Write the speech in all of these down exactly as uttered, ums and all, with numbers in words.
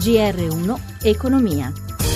G R uno Economia.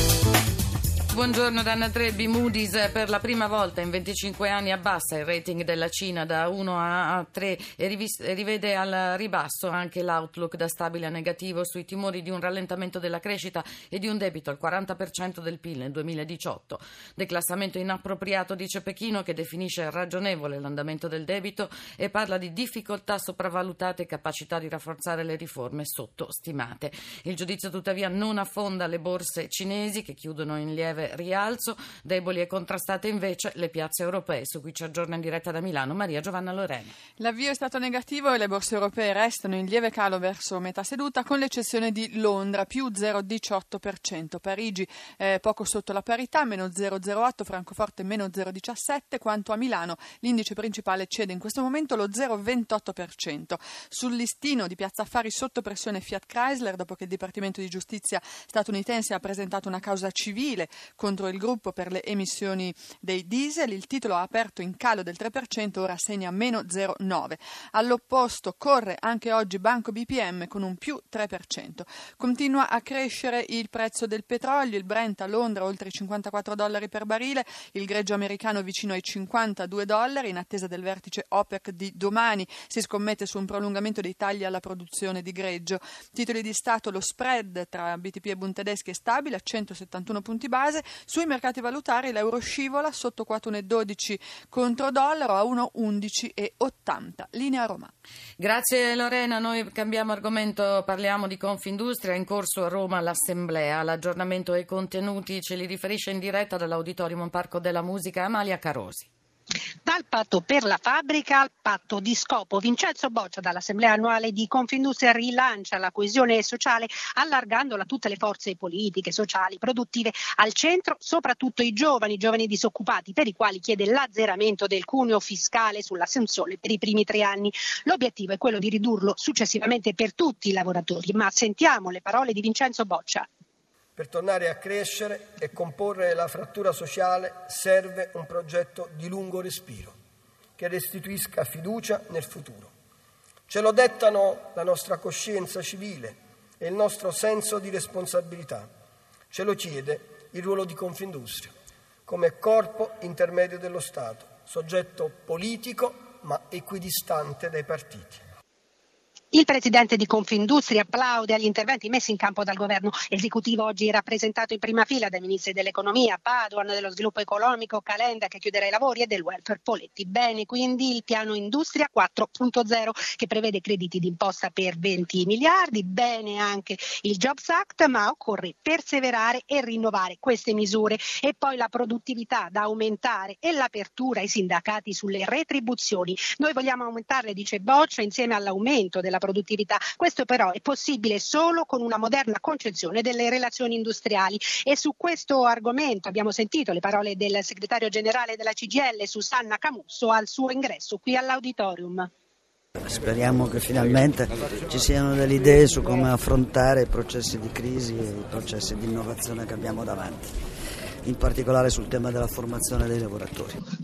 Buongiorno da Anna Trebbi. Moody's per la prima volta in venticinque anni abbassa il rating della Cina da uno a tre e rivede al ribasso anche l'outlook da stabile a negativo sui timori di un rallentamento della crescita e di un debito al quaranta per cento del P I L nel duemiladiciotto. Declassamento inappropriato, dice Pechino, che definisce ragionevole l'andamento del debito e parla di difficoltà sopravvalutate e capacità di rafforzare le riforme sottostimate. Il giudizio tuttavia non affonda le borse cinesi, che chiudono in lieve rialzo, deboli e contrastate invece le piazze europee, su cui ci aggiorna in diretta da Milano Maria Giovanna Lorena. L'avvio è stato negativo e le borse europee restano in lieve calo verso metà seduta, con l'eccezione di Londra, più zero virgola diciotto per cento, Parigi eh, poco sotto la parità, meno zero virgola zero otto, Francoforte meno zero virgola diciassette, quanto a Milano l'indice principale cede in questo momento lo zero virgola ventotto per cento. Sul listino di Piazza Affari sotto pressione Fiat Chrysler, dopo che il Dipartimento di Giustizia statunitense ha presentato una causa civile contro il gruppo per le emissioni dei diesel. Il titolo ha aperto in calo del tre per cento, ora segna meno zero virgola nove. All'opposto corre anche oggi Banco B P M con un più tre per cento. Continua a crescere il prezzo del petrolio, il Brent a Londra oltre i cinquantaquattro dollari per barile, il greggio americano vicino ai cinquantadue dollari, in attesa del vertice OPEC di domani. Si scommette su un prolungamento dei tagli alla produzione di greggio. Titoli di Stato, lo spread tra B T P e Bund tedeschi è stabile a centosettantuno punti base. Sui mercati valutari l'euro scivola sotto quota uno virgola dodici contro dollaro a uno virgola undici e ottanta. Linea Roma. Grazie Lorena, noi cambiamo argomento, parliamo di Confindustria. In corso a Roma l'assemblea, l'aggiornamento e i contenuti ce li riferisce in diretta dall'Auditorium Parco della Musica Amalia Carosi. Dal patto per la fabbrica al patto di scopo, Vincenzo Boccia dall'assemblea annuale di Confindustria rilancia la coesione sociale allargandola a tutte le forze politiche, sociali, produttive, al centro soprattutto i giovani, giovani disoccupati, per i quali chiede l'azzeramento del cuneo fiscale sull'assunzione per i primi tre anni. L'obiettivo è quello di ridurlo successivamente per tutti i lavoratori, ma sentiamo le parole di Vincenzo Boccia. Per tornare a crescere e comporre la frattura sociale serve un progetto di lungo respiro che restituisca fiducia nel futuro. Ce lo dettano la nostra coscienza civile e il nostro senso di responsabilità. Ce lo chiede il ruolo di Confindustria come corpo intermedio dello Stato, soggetto politico ma equidistante dai partiti. Il presidente di Confindustria applaude agli interventi messi in campo dal governo esecutivo, oggi rappresentato in prima fila dai ministri dell'economia Padoan, dello sviluppo economico Calenda, che chiuderà i lavori, e del welfare Poletti. Bene quindi il piano Industria quattro punto zero, che prevede crediti d'imposta per venti miliardi, bene anche il Jobs Act, ma occorre perseverare e rinnovare queste misure. E poi la produttività da aumentare e l'apertura ai sindacati sulle retribuzioni. Noi vogliamo aumentarle, dice Boccia, insieme all'aumento della produttività. Questo però è possibile solo con una moderna concezione delle relazioni industriali, e su questo argomento abbiamo sentito le parole del segretario generale della C G I L Susanna Camusso al suo ingresso qui all'Auditorium. Speriamo che finalmente ci siano delle idee su come affrontare i processi di crisi e i processi di innovazione che abbiamo davanti, in particolare sul tema della formazione dei lavoratori.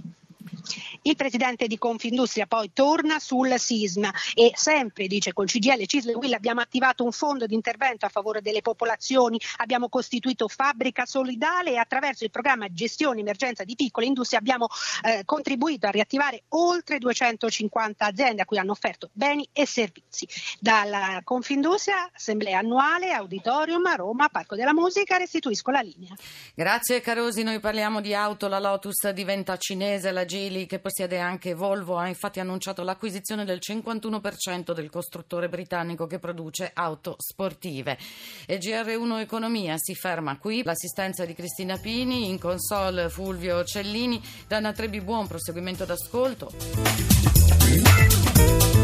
Il presidente di Confindustria poi torna sul sisma e sempre, dice, col C G I L, C I S L e U I L abbiamo attivato un fondo di intervento a favore delle popolazioni, abbiamo costituito Fabbrica Solidale e attraverso il programma Gestione Emergenza di Piccole Industrie abbiamo eh, contribuito a riattivare oltre duecentocinquanta aziende a cui hanno offerto beni e servizi. Dalla Confindustria, assemblea annuale, Auditorium a Roma, Parco della Musica, restituisco la linea. Grazie Carosi, noi parliamo di auto, la Lotus diventa cinese, la Geely, che possiede anche Volvo, ha infatti annunciato l'acquisizione del cinquantuno per cento del costruttore britannico che produce auto sportive. E G R uno Economia si ferma qui. L'assistenza di Cristina Pini, in console Fulvio Cellini, da Anna Trebbi, buon proseguimento d'ascolto.